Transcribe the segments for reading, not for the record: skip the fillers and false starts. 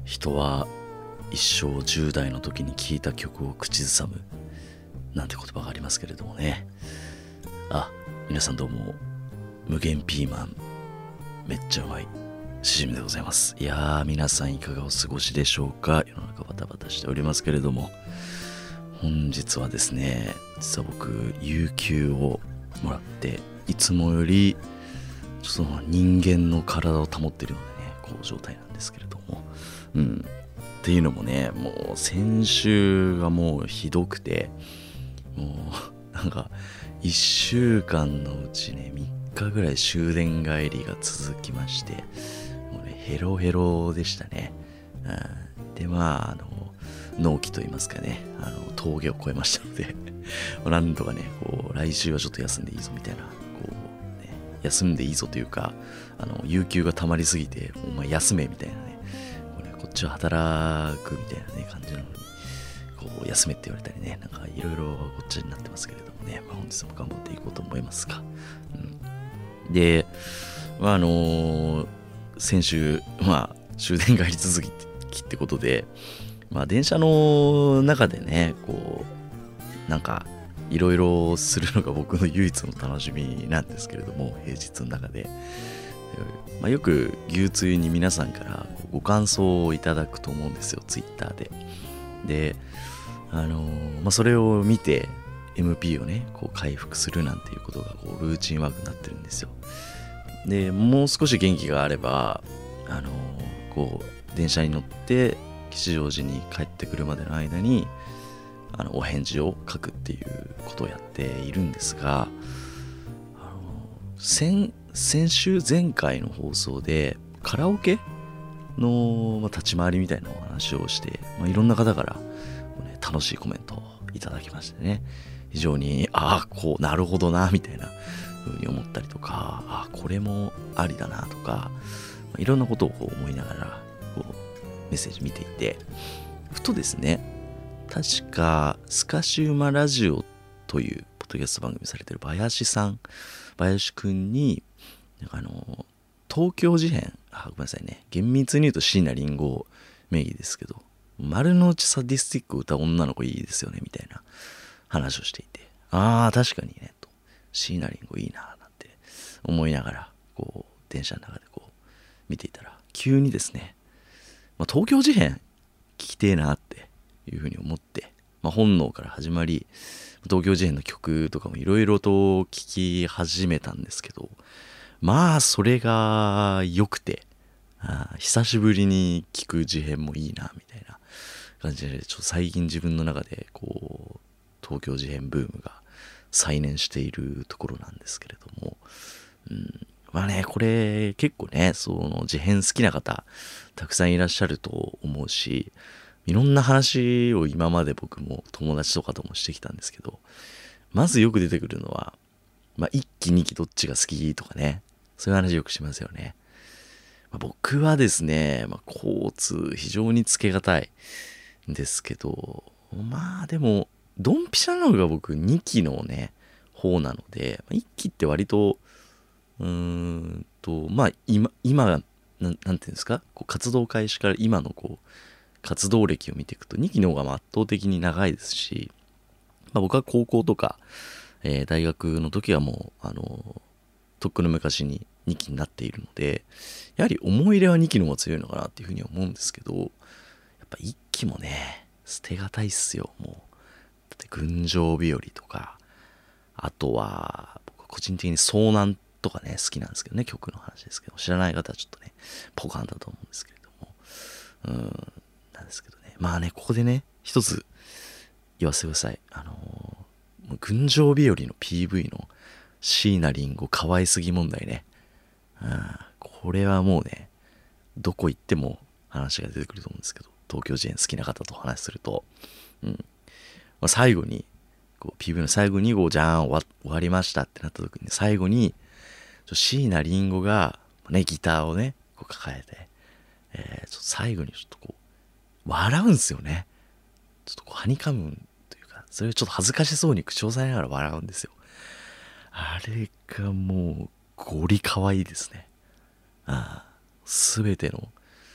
人は一生10代の時に聴いた曲を口ずさむなんて言葉がありますけれどもね。皆さんどうも、無限ピーマンめっちゃうまいしじみでございます。いやー、皆さんいかがお過ごしでしょうか。世の中バタバタしておりますけれども、本日はですね、実は僕有給をもらって、いつもよりその人間の体を保っているようなね、こう状態なんですけれども、っていうのもね、もう先週がもうひどくて、もうなんか1週間のうちね、3日ぐらい終電帰りが続きまして、もうね、ヘロヘロでしたね。で、納期といいますかね、峠を越えましたのでなんとかね、こう来週はちょっと休んでいいぞみたいな、こうね、休んでいいぞというか、有給が溜まりすぎてお前休めみたいなね、こっちは働くみたいなね感じなのに、こう休めって言われたりね、なんかいろいろごっちゃになってますけれどもね、本日も頑張っていこうと思いますが、で、先週終電帰り続きってことで、電車の中でね、こうなんかいろいろするのが僕の唯一の楽しみなんですけれども、平日の中で、よく牛つゆに皆さんからご感想をいただくと思うんですよ、ツイッターで。で、それを見て MP をね、こう回復するなんていうことがこうルーチンワークになってるんですよ。で、もう少し元気があれば、こう電車に乗って吉祥寺に帰ってくるまでの間にお返事を書くっていうことをやっているんですが、先週前回の放送でカラオケの立ち回りみたいなお話をして、いろんな方から、楽しいコメントをいただきましてね、非常にこうなるほどなみたいな風に思ったりとか、これもありだなとか、いろんなことをこう思いながらこうメッセージ見ていて、ふとですね、確かスカシウマラジオというポッドキャスト番組されてる林くんに、東京事変、ごめんなさいね、厳密に言うと椎名林檎名義ですけど、丸の内サディスティックを歌う女の子いいですよねみたいな話をしていて、確かにねと、椎名林檎いいななんて思いながらこう電車の中でこう見ていたら、急にですね、東京事変聞きてえなっていうふうに思って、本能から始まり、東京事変の曲とかもいろいろと聞き始めたんですけど、それが良くて、久しぶりに聞く事変もいいなみたいな感じで、ちょっと最近自分の中でこう東京事変ブームが再燃しているところなんですけれども、これ結構ね、その事変好きな方たくさんいらっしゃると思うし、いろんな話を今まで僕も友達とかともしてきたんですけど、まずよく出てくるのは、1期2期どっちが好きとかね、そういう話よくしますよね。僕はですね、交通非常につけがたいんですけど、でもドンピシャなのが僕2期のね方なので、1期って割と今なんていうんですか、こう活動開始から今のこう活動歴を見ていくと2期の方が圧倒的に長いですし、僕は高校とか、大学の時はもうとっくの昔に2期になっているので、やはり思い入れは2期の方が強いのかなっていうふうに思うんですけど、やっぱ1期もね捨てがたいっすよ。もうだって群青日和とか、あとは僕個人的に遭難とかね好きなんですけどね、曲の話ですけど、知らない方はちょっとねポカンだと思うんですけれども、なんですけどね、ここでね一つ言わせてください。群青日和の PV の椎名林檎可愛すぎ問題ね。これはもうね、どこ行っても話が出てくると思うんですけど、東京事変好きな方と話すると、最後にこう PV の最後にじゃーん終わりましたってなった時に、最後に椎名林檎がねギターをねこう抱えて、ちょっと最後にちょっとこう笑うんですよね。ちょっとこうはにかむというか、それをちょっと恥ずかしそうに口を押さえながら笑うんですよ。あれがもうゴリ可愛いですね。すべての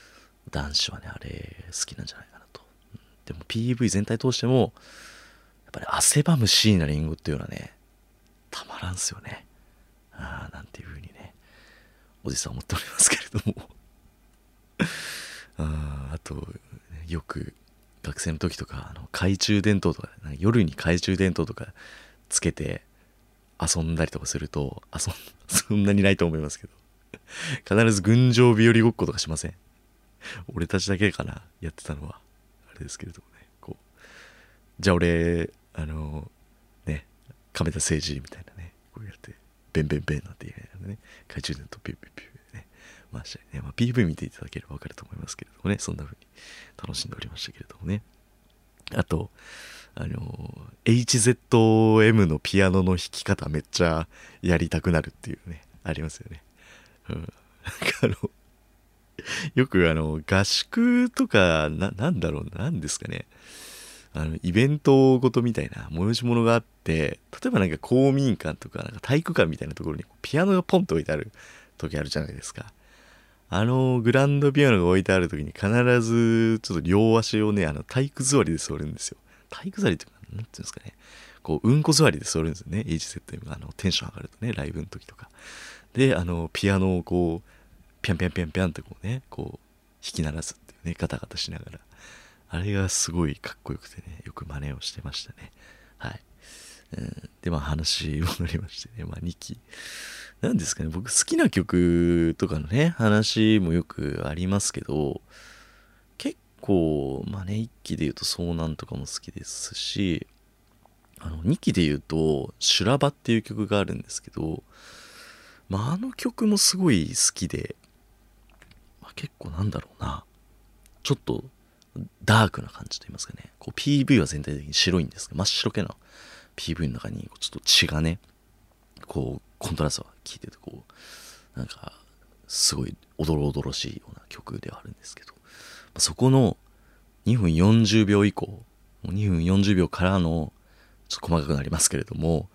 男子はねあれ好きなんじゃないかなと。でも PV 全体通してもやっぱり汗ばむ椎名林檎っていうのはねたまらんすよね。なんていう風にねおじさん思っておりますけれどもあとよく学生の時とか懐中電灯とか、夜に懐中電灯とかつけて遊んだりとかするとそんなにないと思いますけど必ず群青日和ごっことかしません？俺たちだけかなやってたのはあれですけれどもね。こうじゃあ俺ね亀田誠治みたいなねこうやってベンベンベンなんて言いながらね懐中電灯ピュピュピュね回したりね、PV 見ていただければ分かると思いますけれどもね、そんな風に楽しんでおりましたけれどもね。あとHZM のピアノの弾き方めっちゃやりたくなるっていうねありますよね。よく合宿とかなんだろうなんですかね、イベントごとみたいな催し物があって、例えばなんか公民館とかなんか体育館みたいなところにピアノがポンと置いてある時あるじゃないですか。グランドピアノが置いてある時に必ずちょっと両足をね体育座りで座るんですよ。体育座りというかなんていうんですかね、こううんこ座りで座るんですよね。 HZM がテンション上がるとね、ライブの時とかでピアノをこうピャンピャンピャンピャンってこうねこう弾き鳴らすっていうね、ガタガタしながら、あれがすごいかっこよくてね、よく真似をしてましたね。はい。で話戻りましてね、2期なんですかね、僕好きな曲とかのね話もよくありますけど、結構ね1期で言うと遭難とかも好きですし、2期で言うと修羅場っていう曲があるんですけど、あの曲もすごい好きで、結構なんだろうな、ちょっとダークな感じと言いますかね、こう PV は全体的に白いんですけど、真っ白けな PV の中にちょっと血がねこうコントラストが効いてて、こうなんかすごいおどろおどろしいような曲ではあるんですけど、そこの2分40秒以降、2分40秒からのちょっと細かくなりますけれども、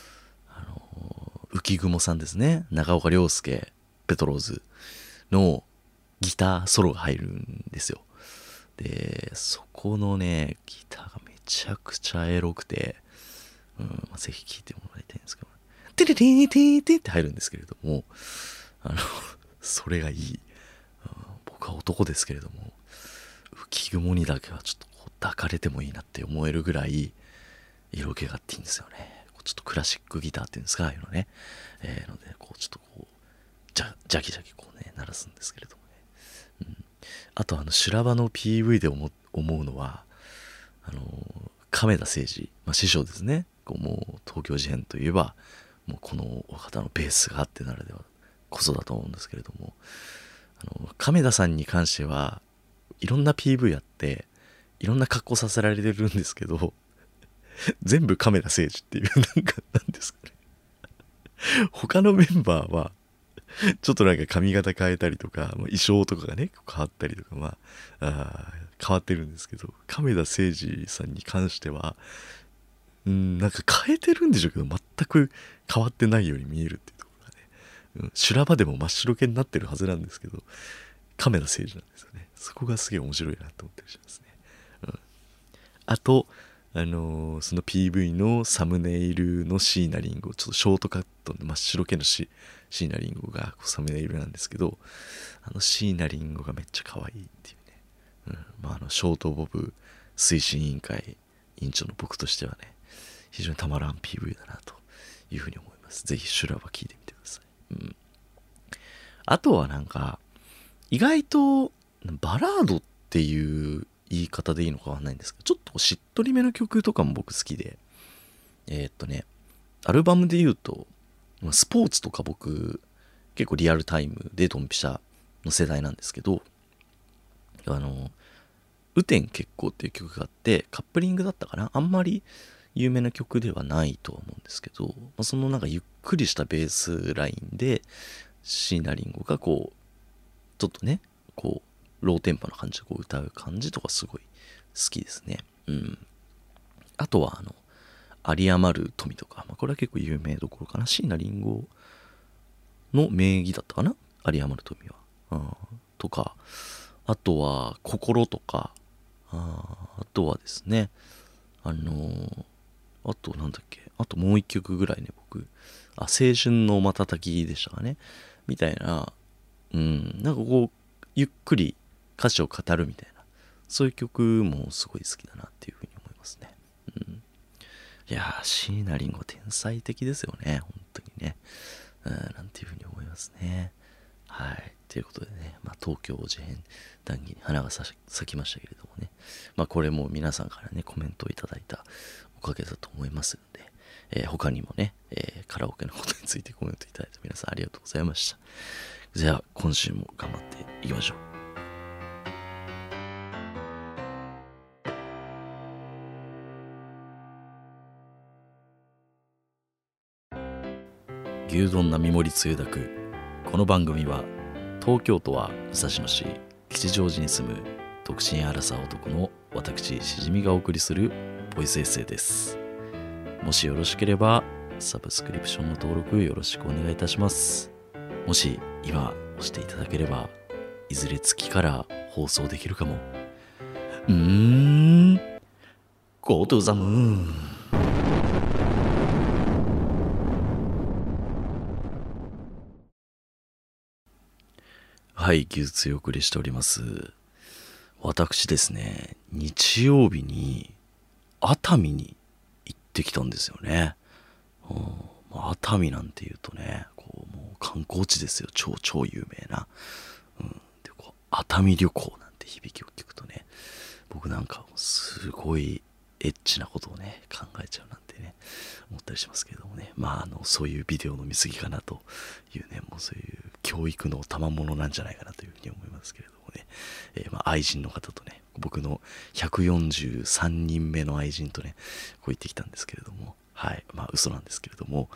浮雲さんですね、長岡亮介ペトローズのギターソロが入るんですよ。でそこのねギターがめちゃくちゃエロくて、ぜひ聴いてもらいたいんですけど、テレテーテーテーって入るんですけれども、それがいい、僕は男ですけれども浮雲にだけはちょっとこう抱かれてもいいなって思えるぐらい色気があっていいんですよね。ちょっとクラシックギターっていうんですか、ああいうのね、のでこうちょっとこうジャキジャキこうね鳴らすんですけれどもね、あと修羅場の PV で思うのは亀田誠治、師匠ですね。もう東京事変といえばもうこのお方のベースがあってならではこそだと思うんですけれども、亀田さんに関してはいろんな PV やっていろんな格好させられてるんですけど、全部亀田誠治っていうなんですかね他のメンバーはちょっとなんか髪型変えたりとか、衣装とかがね変わったりとか変わってるんですけど、亀田誠治さんに関してはなんか変えてるんでしょうけど全く変わってないように見えるっていうところがね、修羅場でも真っ白けになってるはずなんですけど亀田誠治なんですよね。そこがすげえ面白いなと思ったりしますね。あとその PV のサムネイルの椎名林檎、ちょっとショートカットの真っ白けの椎名林檎がサムネイルなんですけど、椎名林檎がめっちゃ可愛いっていうね、ショートボブ推進委員会委員長の僕としてはね非常にたまらん PV だなというふうに思います。ぜひ修羅場聞いてみてください。あとはなんか意外とバラードっていう言い方でいいのかわかんないんですけど、ちょっとしっとりめの曲とかも僕好きで、アルバムで言うとスポーツとか僕結構リアルタイムでドンピシャの世代なんですけど、雨天決行っていう曲があって、カップリングだったかな、あんまり有名な曲ではないとは思うんですけど、そのなんかゆっくりしたベースラインで椎名林檎がこうちょっとねこうローテンポな感じでこう歌う感じとかすごい好きですね。あとは有り余る富とか、これは結構有名どころかな。椎名林檎の名義だったかな、有り余る富は、とか、 あとは心とか、あとはですね、あとなんだっけ、あともう一曲ぐらいね、僕、青春の瞬きでしたかね、みたいな、なんかこう、ゆっくり歌詞を語るみたいな、そういう曲もすごい好きだなっていうふうに思いますね。いやー、椎名林檎天才的ですよね、本当にね。なんていうふうに思いますね。はい。ということでね、東京事変談義に花が咲きましたけれどもね、これも皆さんからね、コメントをいただいたおかげだと思いますので、他にもね、カラオケのことについてコメントいただいた皆さんありがとうございました。じゃあ、今週も頑張っていきましょう。牛丼並盛りつゆだく。この番組は東京都は武蔵野市吉祥寺に住む独身アラサー男の私しじみがお送りするボイスエッセイです。もしよろしければサブスクリプションの登録よろしくお願いいたします。もし今押していただければいずれ月から放送できるかも。Go to the moon。はい、技術お送りしております。私ですね、日曜日に熱海に行ってきたんですよね。熱海なんていうとね、もう観光地ですよ。超有名な。で熱海旅行なんて響きを聞くとね、僕なんかすごいエッチなことをね、考えちゃうなんてね、思ったりしますけれどもね。そういうビデオの見過ぎかなというね、もうそういう教育の賜物なんじゃないかなというふうに思いますけれどもね。愛人の方とね、僕の143人目の愛人とね、こう行ってきたんですけれども、はい、嘘なんですけれども、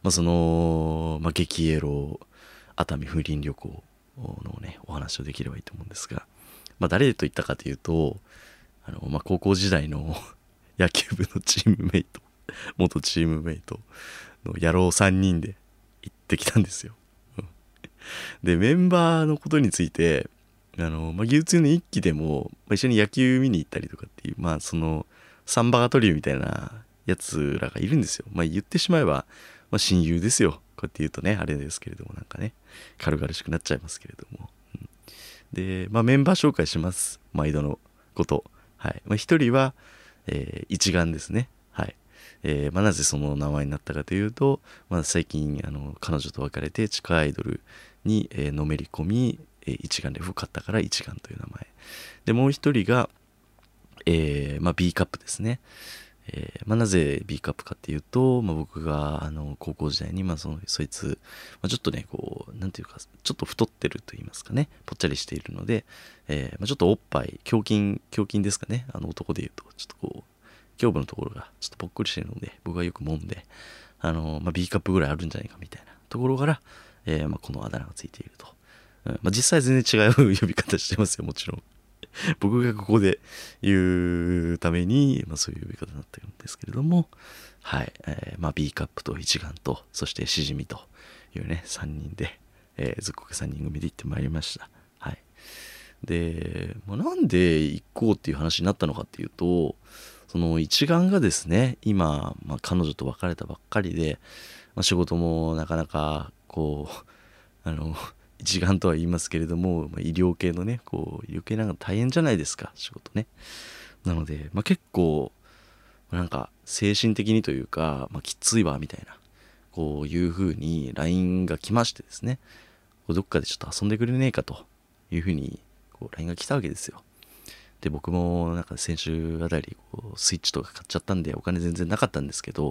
激エロ熱海風鈴旅行のね、お話をできればいいと思うんですが、誰と行ったかというと、高校時代の野球部のチームメイト、元チームメイトの野郎3人で行ってきたんですよ。で、メンバーのことについて、牛通の一期でも、一緒に野球見に行ったりとかっていう、サンバガトリューみたいなやつらがいるんですよ。言ってしまえば、親友ですよ。こうやって言うとね、あれですけれども、なんかね、軽々しくなっちゃいますけれども。で、メンバー紹介します。毎度のこと。はい。一人は、一眼ですね。はい。なぜその名前になったかというと、最近彼女と別れて地下アイドルに、のめり込み、一眼レフを買ったから一眼という名前で、もう一人が、B カップですね。なぜ B カップかっていうと、僕が高校時代に、そいつ、ちょっとね、なんていうか、ちょっと太ってると言いますかね、ぽっちゃりしているので、ちょっとおっぱい、胸筋ですかね、男で言うと、ちょっと胸部のところがちょっとぽっこりしてるので、僕がよく揉んで、B カップぐらいあるんじゃないかみたいなところから、このあだ名がついていると。実際全然違う呼び方してますよ、もちろん。僕がここで言うために、そういう呼び方になってるんですけれども、はい、B カップと一眼と、そしてしじみというね、3人で、ずっこけ3人組で行ってまいりました。はい。で、なんで行こうっていう話になったのかっていうと、その一眼がですね、今、彼女と別れたばっかりで、仕事もなかなか一丸とは言いますけれども、医療系のね、医療系なんか大変じゃないですか、仕事ね。なので、結構、なんか精神的にというか、きついわ、みたいな、いう風に LINE が来ましてですね、どっかでちょっと遊んでくれねえかという風に、LINE が来たわけですよ。で、僕もなんか先週あたり、スイッチとか買っちゃったんで、お金全然なかったんですけど、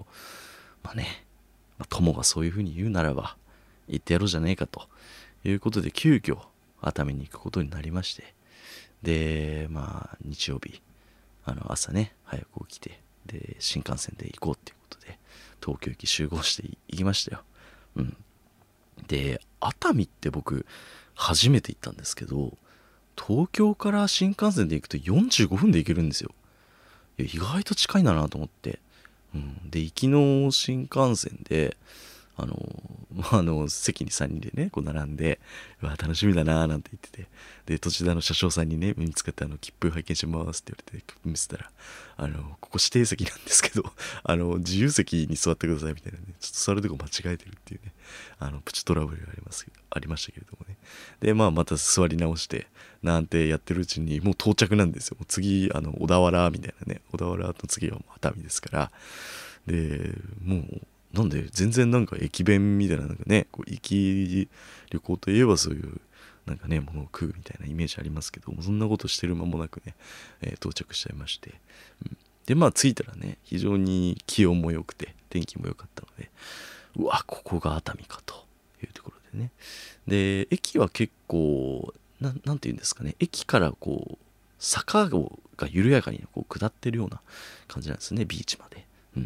友がそういう風に言うならば、言ってやろうじゃねえかと。いうことで急遽熱海に行くことになりまして、で日曜日朝ね早く起きて、で新幹線で行こうっていうことで東京駅集合して行きましたよ。で熱海って僕初めて行ったんですけど、東京から新幹線で行くと45分で行けるんですよ。意外と近いんだなと思って、で行きの新幹線で席に3人でねこう並んで、うわ楽しみだなーなんて言ってて、で途中で車掌さんにね見つかって切符拝見しますって言われて切符見せたら、ここ指定席なんですけど自由席に座ってくださいみたいなね、ちょっと座るとこ間違えてるっていうねプチトラブルがありましたけれどもね。でまた座り直してなんてやってるうちにもう到着なんですよ。次小田原みたいなね、小田原と次はもう熱海ですから、でもうなんで全然なんか駅弁みたいな、なんかねこう行き旅行といえばそういうなんかねものを食うみたいなイメージありますけども、そんなことしてる間もなくね、到着しちゃいまして、で着いたらね非常に気温も良くて天気も良かったので、うわここが熱海かというところでね、で駅は結構なんていうんですかね、駅からこう坂が緩やかにこう下ってるような感じなんですね、ビーチまで。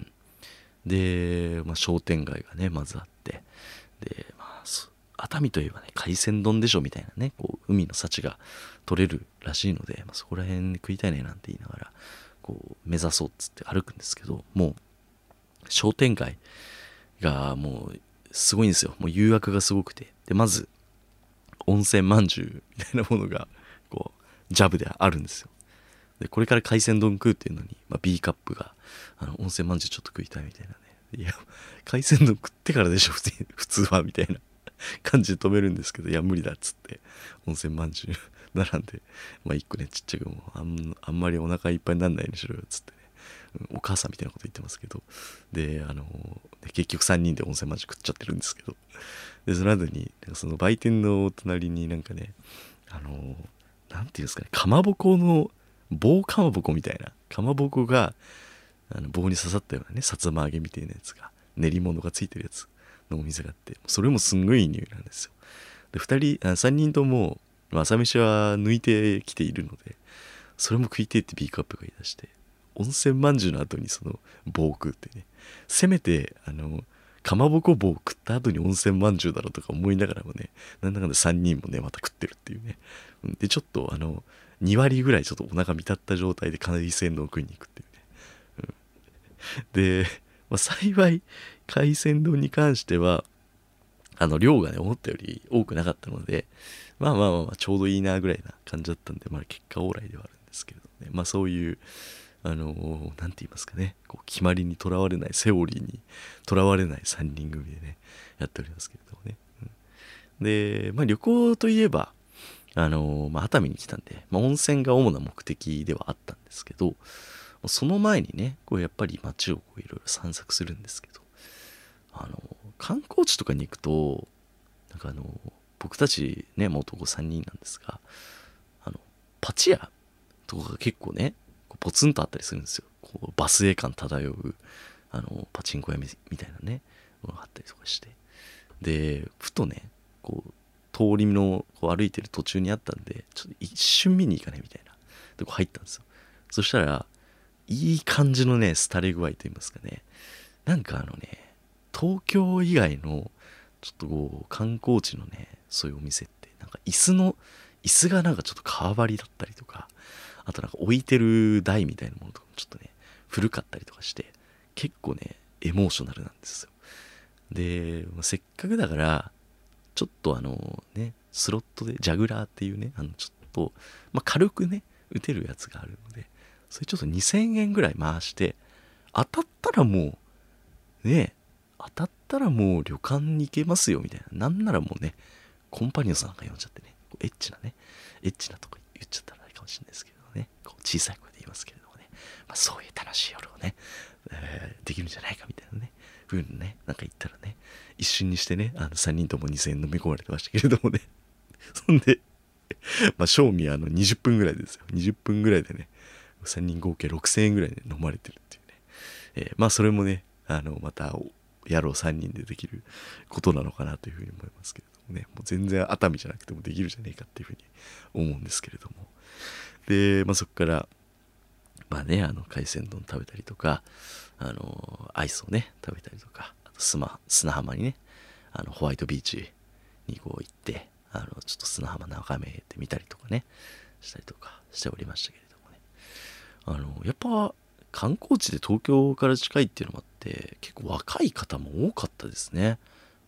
で、商店街がねまずあって、で、熱海といえばね海鮮丼でしょみたいなね、こう海の幸が取れるらしいので、そこら辺食いたいねなんて言いながらこう目指そうっつって歩くんですけど、もう商店街がもうすごいんですよ。もう誘惑がすごくて、でまず温泉まんじゅうみたいなものがこうジャブであるんですよ。でこれから海鮮丼食うっていうのに、B カップが温泉まんじゅうちょっと食いたいみたいなね、いや海鮮丼食ってからでしょ普通はみたいな感じで止めるんですけど、いや無理だっつって温泉まんじゅう並んで、一個ねちっちゃくもうあんまりお腹いっぱいになんないようにしろよっつってね、お母さんみたいなこと言ってますけど、で結局3人で温泉まんじゅう食っちゃってるんですけど、でその後にその売店の隣になんかねなんていうんですかね、かまぼこの棒かまぼこみたいなかまぼこが棒に刺さったようなねさつま揚げみたいなやつが練り物がついてるやつのお店があって、それもすんごいいい匂いなんですよ。で3人とも朝飯は抜いてきているので、それも食いてって B カップが言い出して、温泉まんじゅうの後にその棒を食うってね、せめてかまぼこ棒を食った後に温泉まんじゅうだろうとか思いながらもね、なんだかんだ3人もねまた食ってるっていうね。でちょっと2割ぐらいちょっとお腹満たった状態で海鮮丼を食いに行くっていうね、で、幸い海鮮丼に関しては量がね思ったより多くなかったので、ちょうどいいなぐらいな感じだったんで、結果オーライではあるんですけれどね、そういうなんて言いますかね、こう決まりにとらわれない、セオリーにとらわれない3人組でねやっておりますけれどもね、で旅行といえば熱海に来たんで、温泉が主な目的ではあったんですけど、その前にねこうやっぱり街をこういろいろ散策するんですけど、観光地とかに行くとなんか僕たちね男3人なんですが、パチ屋とかが結構ねこうポツンとあったりするんですよ。こうバスエ感漂うパチンコ屋みたいなねものがあったりとかして、でふとねこう通りのこう歩いてる途中にあったんで、ちょっと一瞬見に行かねみたいなでこう入ったんですよ。そしたらいい感じのね廃れ具合と言いますかね、なんか東京以外のちょっとこう観光地のねそういうお店ってなんか椅子がなんかちょっと革張りだったりとか、あとなんか置いてる台みたいなものとかもちょっとね古かったりとかして、結構ねエモーショナルなんですよ。で、せっかくだからちょっとスロットでジャグラーっていうねちょっと、軽くね打てるやつがあるので、それちょっと2000円ぐらい回して、当たったらもうね当たったらもう旅館に行けますよみたいな、なんならもうねコンパニオンさんなんか呼んじゃってね、エッチなとか言っちゃったらあれかもしれないですけどね、こう小さい声で言いますけれどもね、そういう楽しい夜をね、できるんじゃないかみたいなねふうにねなんか言ったらね、一瞬にしてね3人とも2000円飲み込まれてましたけれどもねそんで賞味20分ぐらいですよ。20分ぐらいでね3人合計6000円ぐらいで飲まれてるっていうね、それもねまた野郎3人でできることなのかなというふうに思いますけれどもね、もう全然熱海じゃなくてもできるじゃねえかっていうふうに思うんですけれども、でそこから海鮮丼食べたりとかアイスをね食べたりとか、あと砂浜にねホワイトビーチにこう行ってちょっと砂浜眺めてみたりとかねしたりとかしておりましたけれどもね、やっぱ観光地で東京から近いっていうのもあって結構若い方も多かったですね。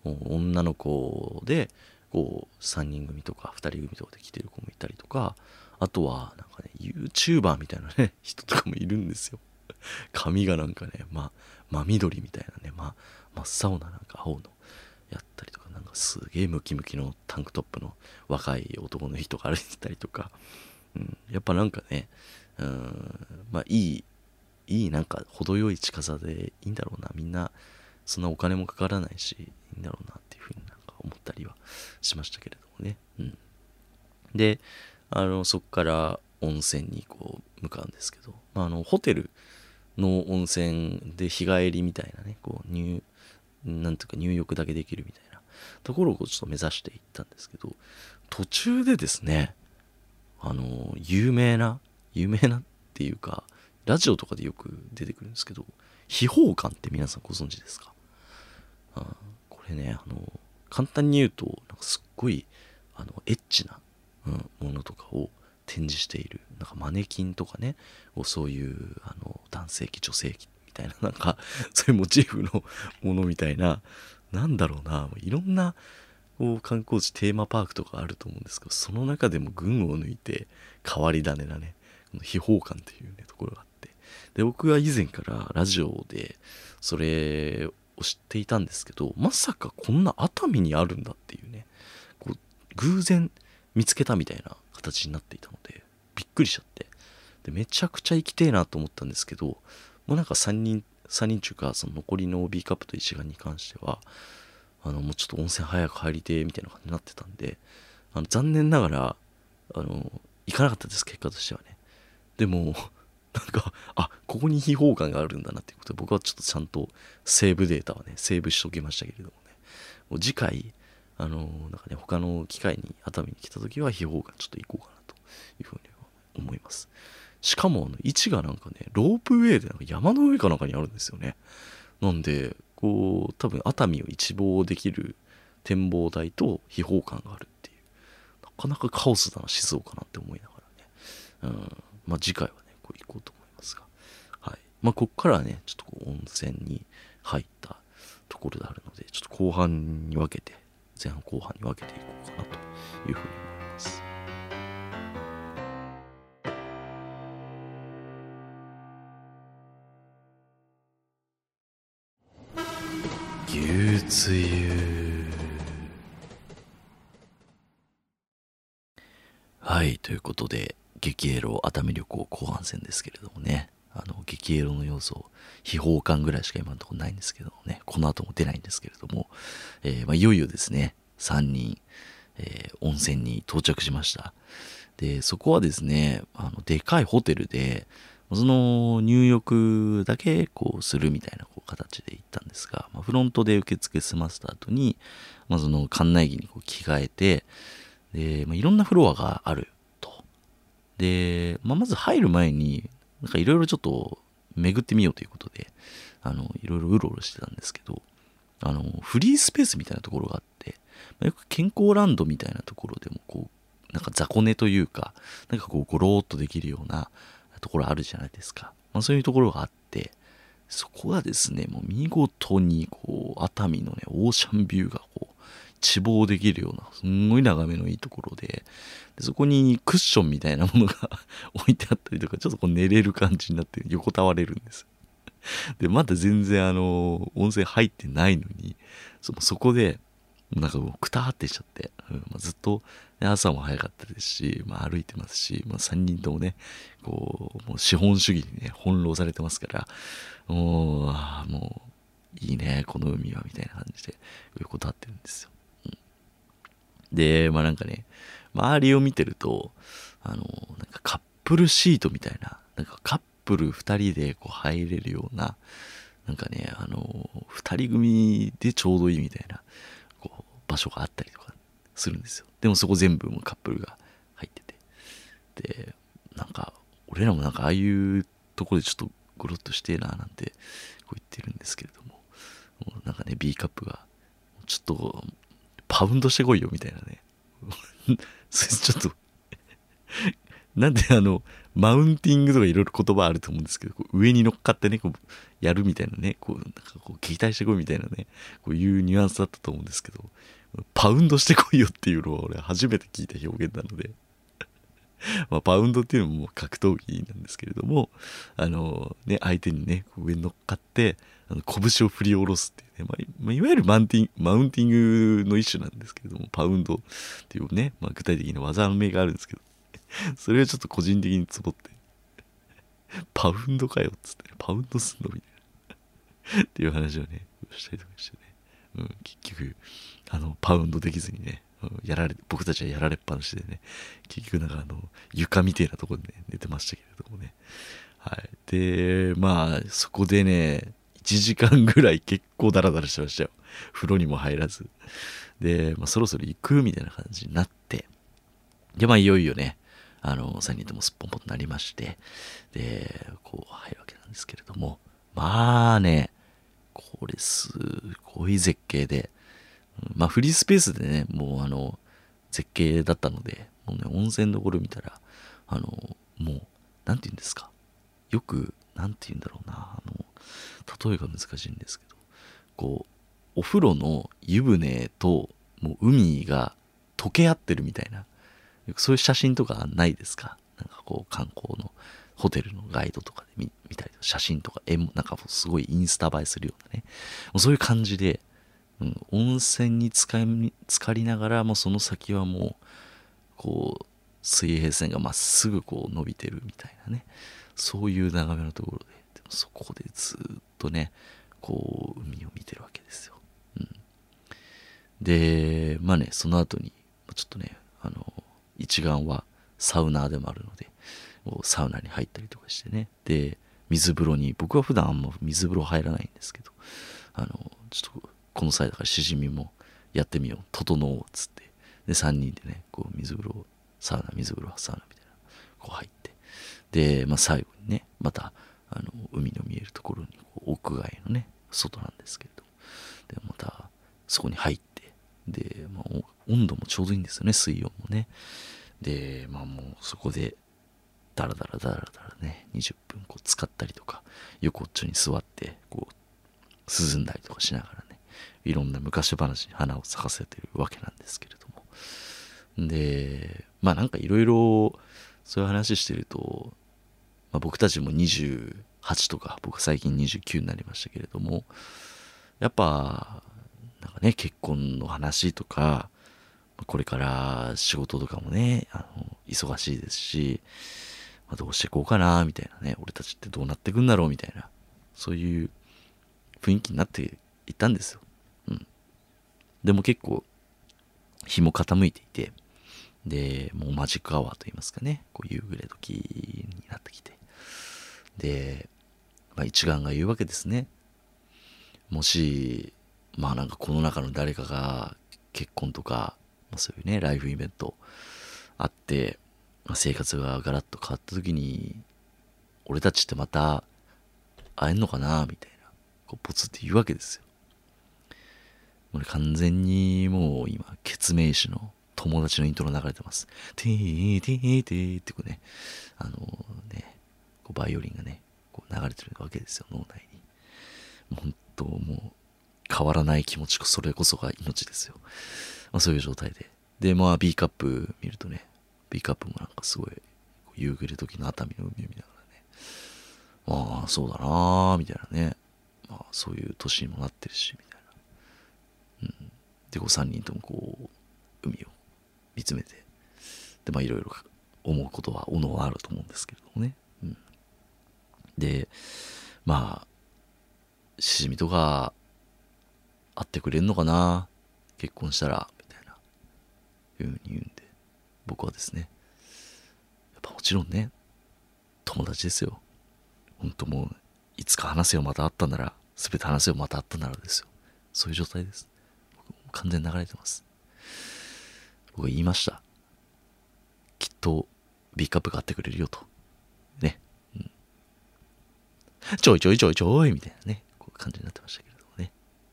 女の子でこう3人組とか2人組とかで来てる子もいたりとか、あとはなんかね YouTuber みたいなね人とかもいるんですよ。髪がなんかね真緑みたいなね真っ青ななんか青のやったりとか、なんかすげえムキムキのタンクトップの若い男の人が歩いてたりとか、やっぱなんかね、いいなんか程よい近さでいいんだろうな、みんなそんなお金もかからないしいいんだろうなっていうふうになんか思ったりはしましたけれどもね。でそこから温泉にこう向かうんですけど、ホテルの温泉で日帰りみたいなね、こうなんていうか入浴だけできるみたいなところをちょっと目指していったんですけど、途中でですね、有名なっていうかラジオとかでよく出てくるんですけど、秘宝館って皆さんご存知ですか？これね、簡単に言うとなんかすっごいエッチな、ものとかを展示している、なんかマネキンとかね、そういう男性器女性器みたいな、なんかそういうモチーフのものみたいな、なんだろうな、いろんなこう観光地テーマパークとかあると思うんですけど、その中でも群を抜いて変わり種なね、この秘宝館っていうねところがあって、で僕は以前からラジオでそれを知っていたんですけど、まさかこんな熱海にあるんだっていうね、こう偶然見つけたみたいな形になっていたのでびっくりしちゃって、でめちゃくちゃ行きてえなと思ったんですけど、もうなんか3人中かその残りの B カップと一丸に関してはもうちょっと温泉早く入りてみたいな感じになってたんで、残念ながら行かなかったです、結果としてはね。でもなんかここに秘宝館があるんだなっていうことで、僕はちょっとちゃんとセーブデータはねセーブしときましたけれどもね、もう次回なんかね他の機会に熱海に来た時は秘宝館ちょっと行こうかなというふうに思います。しかも位置がなんかねロープウェイでなんか山の上かなんかにあるんですよね。なんでこう多分熱海を一望できる展望台と秘宝館があるっていう、なかなかカオスだな静岡なって思いながらね、次回はねこう行こうと思いますが、はい、こっからはねちょっとこう温泉に入ったところであるので、ちょっと後半に分けて前半後半に分けていこうかなというふうに思います。牛つゆ。はい、ということで激エロ熱海旅行後半戦ですけれどもね、激エロの要素秘宝館ぐらいしか今のところないんですけどもね、この後も出ないんですけれども、いよいよですね3人、温泉に到着しました。でそこはですねでかいホテルでその入浴だけこうするみたいなこう形で行ったんですが、フロントで受付済ませた後に、その館内着にこう着替えて、で、いろんなフロアがあると。で、まず入る前になんかいろいろちょっと巡ってみようということでいろいろうろうろしてたんですけど、フリースペースみたいなところがあって、よく健康ランドみたいなところでもこうなんか雑魚寝というか、なんかこうゴローっとできるようなところあるじゃないですか。そういうところがあって、そこがですねもう見事にこう熱海のねオーシャンビューがこう一望できるようなすんごい眺めのいいところで、そこにクッションみたいなものが置いてあったりとか、ちょっとこう寝れる感じになって横たわれるんです。でまだ全然温泉入ってないのにそこでなんかもうくたーってしちゃって、ずっと、ね、朝も早かったですし、歩いてますし、3人ともねこうもう資本主義にね翻弄されてますから、もういいねこの海はみたいな感じで横たわってるんですよ。でなんかね周りを見てるとなんかカップルシートみたいな、なんかカップル2人でこう入れるような、なんかね2人組でちょうどいいみたいなこう場所があったりとかするんですよ。でもそこ全部もうカップルが入ってて、でなんか俺らもなんかああいうところでちょっとゴロッとしてえななんてこう言ってるんですけれども、もうなんかね B カップがちょっとパウンドしてこいよみたいなねそれちょっとなんでマウンティングとかいろいろ言葉あると思うんですけど、こう上に乗っかってね、こうやるみたいなね、こうなんかこう撃退してこいみたいなね、こういうニュアンスだったと思うんですけど、パウンドしてこいよっていうのは俺初めて聞いた表現なのでまあパウンドっていうのももう格闘技なんですけれども、相手にねこう上に乗っかって拳を振り下ろすっていうね、いわゆるマウンティングの一種なんですけれども、パウンドっていうね、具体的な技の名があるんですけど、それはちょっと個人的にツボって、パウンドかよっつって、ね、パウンドすんのみたいなっていう話をねしたりとかしてね、結局パウンドできずにね、僕たちはやられっぱなしでね、結局なんか床みたいなところでね寝てましたけれどもね、はい。でそこでね1時間ぐらい結構ダラダラしてましたよ。風呂にも入らずで、そろそろ行くみたいな感じになって、でいよいよね3人ともすっぽんぽんとなりまして、でこう入るわけなんですけれども、これすごい絶景で、フリースペースでねもう絶景だったので、もうね温泉のところ見たらもうなんて言うんですか、よくなんて言うんだろうな、例えが難しいんですけど、こうお風呂の湯船ともう海が溶け合ってるみたいな、そういう写真とかないですか？なんかこう観光のホテルのガイドとかで見たり写真とかなんかすごいインスタ映えするようなね、もうそういう感じで、温泉に浸かりながらもうその先はもうこう水平線がまっすぐこう伸びてるみたいなね、そういう眺めのところで、でもそこでずっとねこう海を見てるわけですよ。でその後にちょっとね一眼はサウナーでもあるのでサウナに入ったりとかしてね、で水風呂に、僕は普段あんま水風呂入らないんですけど、ちょっとこの際だからしじみもやってみよう、整おうっつって、で3人でねこう水風呂サウナみたいなこう入って、で最後にねまた海の見えるところに屋外のね外なんですけれど、でまたそこに入って、で、温度もちょうどいいんですよね、水温もね。でもうそこでダラダラね20分こう使ったりとか、横っちょに座ってこう涼んだりとかしながらね、いろんな昔話に花を咲かせてるわけなんですけれども、でなんかいろいろそういう話してると、僕たちも28とか、僕最近29になりましたけれども、やっぱなんかね結婚の話とか、これから仕事とかもね忙しいですし、どうしていこうかなみたいなね、俺たちってどうなっていくんだろうみたいな、そういう雰囲気になっていったんですよ。でも結構日も傾いていて、でもうマジックアワーといいますかね、こう夕暮れ時になってきて、で一眼が言うわけですね。もしなんかこの中の誰かが結婚とか、そういうねライフイベントあって、生活がガラッと変わった時に俺たちってまた会えんのかなみたいな、こうポツって言うわけですよ。俺完全にもう今ケツメイシの友達のイントロ流れてます。テーテーテーってこうね、こうバイオリンがねこう流れてるわけですよ、脳内に。本当もう変わらない気持ち、それこそが命ですよ。そういう状態で、B カップ見るとね、B カップもなんかすごい夕暮れ時の熱海の海を見ながらね、そうだなーみたいなね、そういう年にもなってるしみたいな、でこう3人ともこう海を見つめて、でいろいろ思うことはおのあると思うんですけれどもね、でしじみとか会ってくれんのかな、結婚したらみたいないうふうに言うんで、僕はですね、やっぱもちろんね友達ですよ。本当もういつか話せよまた会ったんなら、全て話せよまた会ったんならですよ。そういう状態です。僕完全に流れてます。僕は言いました。きっと B カップが会ってくれるよとね、ちょいちょいちょいちょいみたいなねこう感じになってましたけれどもね、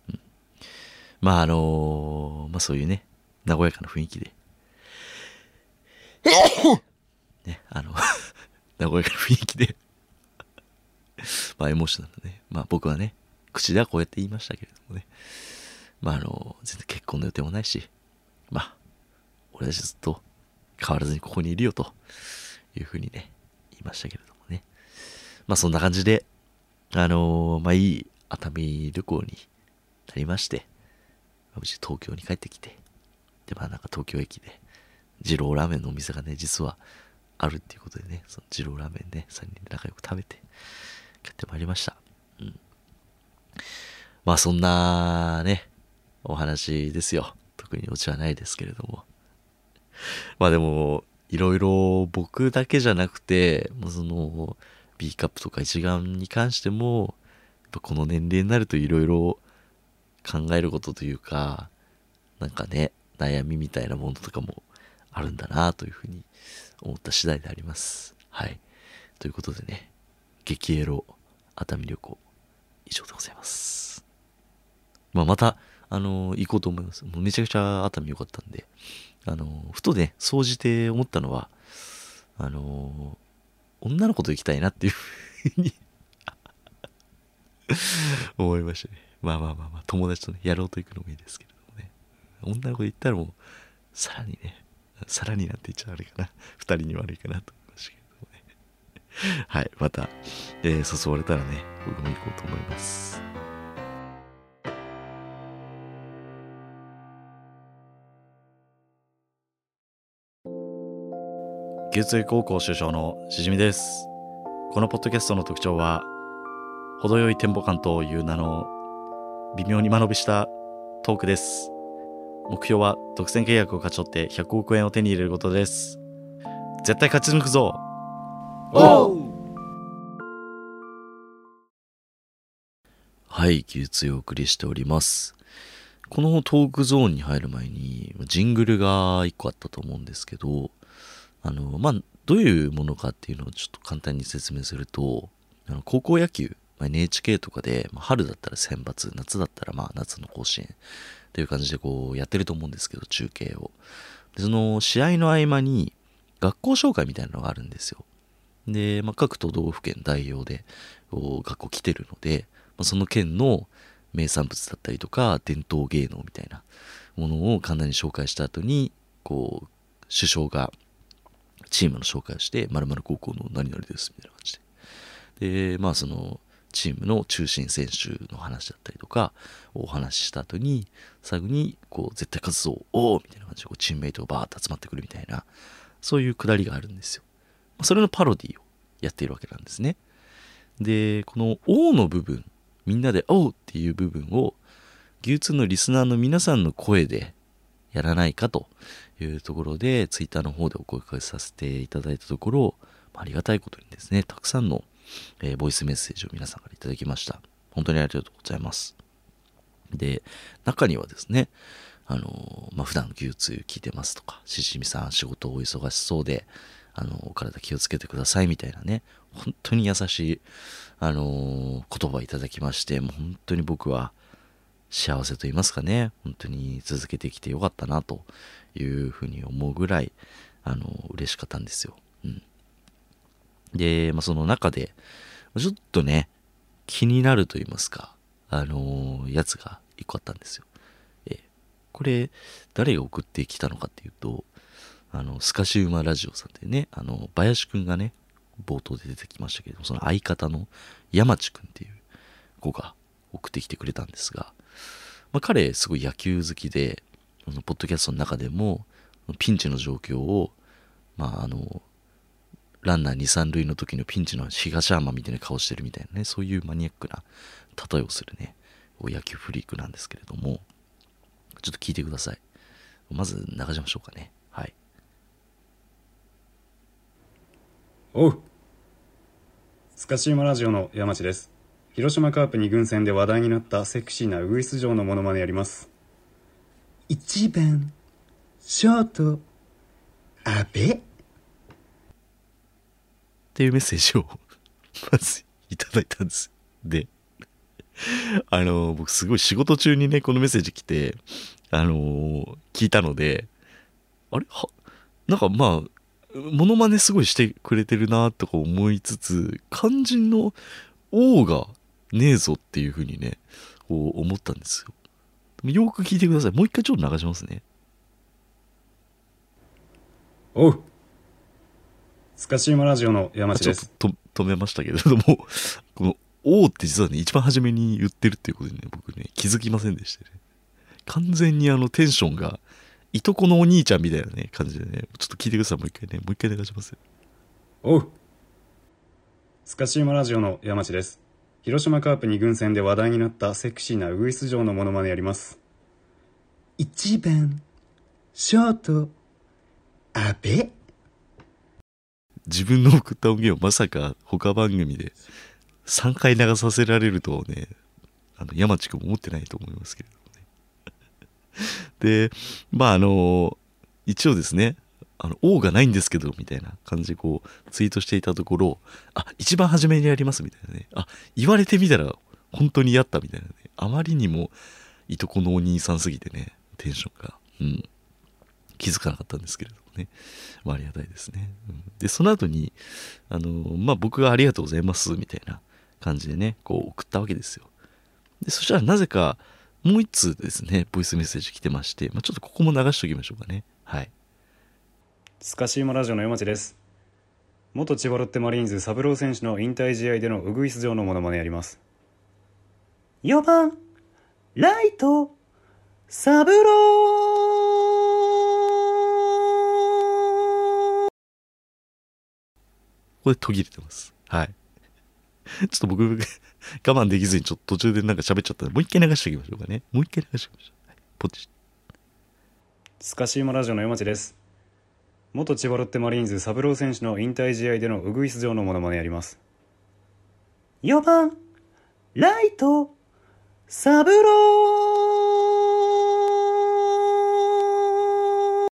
そういうね和やかな雰囲気でね和やかな雰囲気でエモーショナルなね、僕はね、口ではこうやって言いましたけれどもね、全然結婚の予定もないし、俺たちずっと変わらずにここにいるよというふうにね、言いましたけれどもね。そんな感じで、いい熱海旅行になりまして、無事東京に帰ってきて、で、東京駅で、二郎ラーメンのお店がね、実はあるっていうことでね、その二郎ラーメンね、3人で仲良く食べて、帰ってまいりました。そんなね、お話ですよ。特にオチはないですけれども。でも、いろいろ僕だけじゃなくて、B カップとか一丸に関しても、やっぱこの年齢になるといろいろ考えることというか、悩みみたいなものとかもあるんだなというふうに思った次第であります。はい。ということでね、激エロ熱海旅行、以上でございます。また、行こうと思います。もうめちゃくちゃ熱海良かったんで、ふとね、総じて思ったのは、女の子と行きたいなっていうふうに思いましたね。友達とね、やろうと行くのもいいですけれどもね。女の子で行ったらもう、さらになんて言っちゃ悪いかな。二人に悪いかなと思いましたけれどもね。はい、また、誘われたらね、僕も行こうと思います。牛津高校主将のしじみです。このポッドキャストの特徴は、程よいテンポ感という名の微妙に間延びしたトークです。目標は独占契約を勝ち取って100億円を手に入れることです。絶対勝ち抜くぞ。おう。はい、牛津をお送りしております。このトークゾーンに入る前にジングルが1個あったと思うんですけど、どういうものかっていうのをちょっと簡単に説明すると、高校野球、NHK とかで、春だったら選抜、夏だったら夏の甲子園っていう感じでこうやってると思うんですけど、中継を。で、その試合の合間に学校紹介みたいなのがあるんですよ。で、各都道府県代表で学校来てるので、その県の名産物だったりとか伝統芸能みたいなものを簡単に紹介した後に、こう首相がチームの紹介をして、〇〇高校の何々ですみたいな感じで。で、そのチームの中心選手の話だったりとかをお話しした後に、最後に絶対勝つぞ、おーみたいな感じでチームメイトがバーッと集まってくるみたいな、そういうくだりがあるんですよ。それのパロディをやっているわけなんですね。で、このおーの部分、みんなでおーっていう部分を牛通のリスナーの皆さんの声でやらないかというところで、ツイッターの方でお声掛けさせていただいたところ、ありがたいことにですね、たくさんの、ボイスメッセージを皆さんからいただきました。本当にありがとうございます。で、中にはですね、普段牛通聞いてますとか、しじみさん仕事お忙しそうで、お体気をつけてくださいみたいなね、本当に優しい、言葉をいただきまして、もう本当に僕は幸せと言いますかね、本当に続けてきてよかったなというふうに思うぐらい嬉しかったんですよ。で、その中でちょっとね気になると言いますかやつが一個あったんですよ。これ誰が送ってきたのかっていうと、スカシウマラジオさんでね、林くんがね冒頭で出てきましたけど、その相方の山地くんっていう子が送ってきてくれたんですが、彼すごい野球好きで、ポッドキャストの中でもピンチの状況をランナー2、3塁の時のピンチの東浜みたいな顔してるみたいなね、そういうマニアックな例えをするね野球フリークなんですけれども、ちょっと聞いてください。まず流しましょうかね。はい。 おう、スカシウマラジオの山地です。広島カープ2軍戦で話題になったセクシーなウグイス嬢のモノマネやります。1番ショート阿部っていうメッセージをまずいただいたんです。で、僕すごい仕事中にねこのメッセージ来て聞いたので、あれはなんかモノマネすごいしてくれてるなとか思いつつ、肝心の王がねえぞっていう風にね、こう思ったんですよ。よく聞いてください。もう一回ちょっと流しますね。 おう、スカシウマラジオの山地です。 ちょっと止めましたけれども、この王って実はね、一番初めに言ってるっていうことにね、僕ね、気づきませんでしたね。完全にテンションが、いとこのお兄ちゃんみたいなね、感じでね、ちょっと聞いてください。もう一回流しますよ。 おう、スカシウマラジオの山地です。広島カープ2軍戦で話題になったセクシーなウグイス嬢のモノマネやります。1番ショート阿部。 自分の送った音源をまさか他番組で3回流させられるとはね、山地君も思ってないと思いますけれどもね。で、まあ一応ですね、王がないんですけどみたいな感じでこうツイートしていたところ、一番初めにやりますみたいなね、言われてみたら本当にやったみたいなね、あまりにもいとこのお兄さんすぎてね、テンションが、気づかなかったんですけれどもね、ありがたいですね。でその後に僕がありがとうございますみたいな感じでね、こう送ったわけですよ。でそしたらなぜかもう一通ですね、ボイスメッセージ来てまして、ちょっとここも流しておきましょうかね。はい。 スカシウマラジオの山地です。元千葉ロッテマリーンズサブロー選手の引退試合でのウグイス嬢のモノマネやります。4番ライトサブロー。 これ途切れてます。はい。ちょっと僕我慢できずにちょっと途中でなんか喋っちゃったので、もう一回流しておきましょうかね。もう一回流しておきましょう。はい、ポチ。 スカシウマラジオの山地です。元千葉ロッテマリーンズサブロー選手の引退試合でのウグイス嬢のモノマネやります。4番ライトサブロー。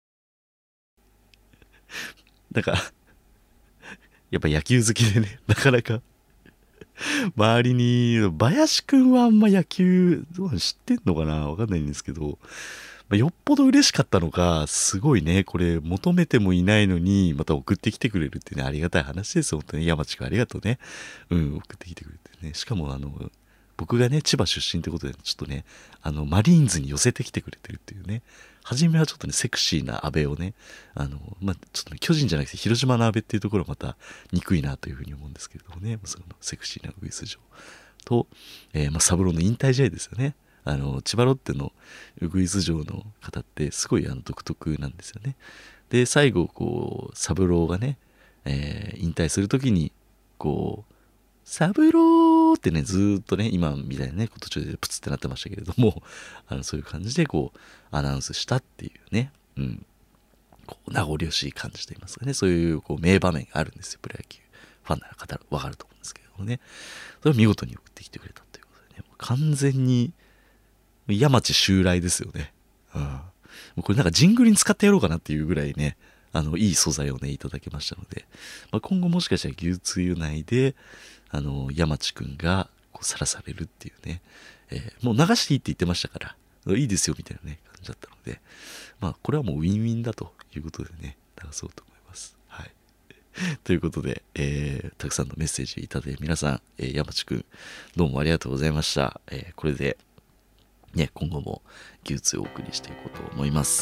なんかやっぱ野球好きでね、なかなか周りに林くんはあんま野球知ってんのかな、わかんないんですけど、よっぽど嬉しかったのか、すごいね、これ求めてもいないのにまた送ってきてくれるってね、ありがたい話ですよ。本当に山地君ありがとうね。送ってきてくれてね。しかも僕がね、千葉出身ってことで、ちょっとね、マリーンズに寄せてきてくれてるっていうね。初めはちょっとね、セクシーな阿部をね、ちょっとね、巨人じゃなくて広島の阿部っていうところはまた憎いなというふうに思うんですけれどもね、そのセクシーなウグイス嬢と、サブローの引退試合ですよね。千葉ロッテのウグイス嬢の方ってすごい独特なんですよね。で最後こうサブローがね、引退するときにこうサブローってねずーっとね今みたいなね途中でプツってなってましたけれどもそういう感じでこうアナウンスしたっていうね、こう名残惜しい感じといいますかね、そういうこう名場面があるんですよ。プロ野球ファンなら分かると思うんですけれどもね、それを見事に送ってきてくれたということでね、もう完全に山地襲来ですよね。もうこれなんかジングルに使ってやろうかなっていうぐらいね、いい素材をねいただきましたので、今後もしかしたら牛つゆ内で山地くんがこうさらされるっていうね、もう流していいって言ってましたからいいですよみたいなね感じだったので、これはもうウィンウィンだということでね流そうと思います。はい。ということで、たくさんのメッセージいただいて皆さん、山地くんどうもありがとうございました。これでね、今後も技術をお送りしていこうと思います。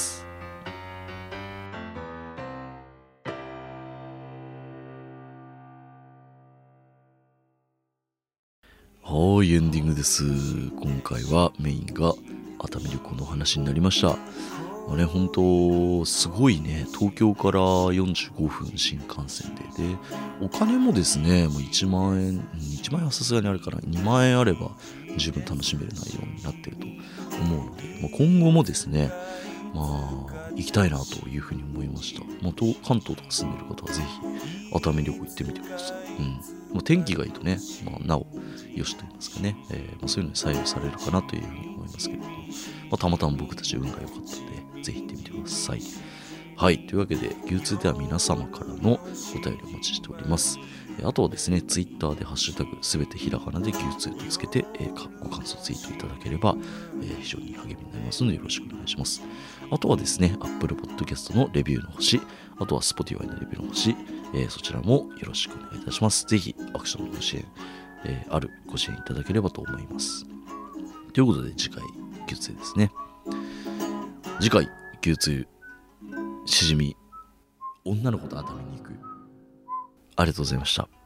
はい、エンディングです。今回はメインが熱海旅行の話になりました。本当すごいね、東京から45分新幹線で、お金もですね、もう1万円はさすがにあるから2万円あれば十分楽しめる内容になっていると思うので、今後もですね、行きたいなというふうに思いました。関東とか住んでる方はぜひ熱海旅行行ってみてください。天気がいいとね、なおよしと言いますかね、そういうのに採用されるかなというふうに思いますけれども、たまたま僕たち運が良かったのでぜひ行ってみてください。 はい、というわけで牛通では皆様からのお便りをお待ちしております。あとはですね、ツイッターでハッシュタグすべてひらがなで牛通とつけて、ご感想ツイートいただければ、非常に励みになりますのでよろしくお願いします。あとはですね、Apple Podcast のレビューの星、あとは Spotify のレビューの星、そちらもよろしくお願いいたします。ぜひアクションのご支援、ご支援いただければと思います。ということで次回牛通ですね。次回牛通しじみ女の子と熱海に行く。ありがとうございました。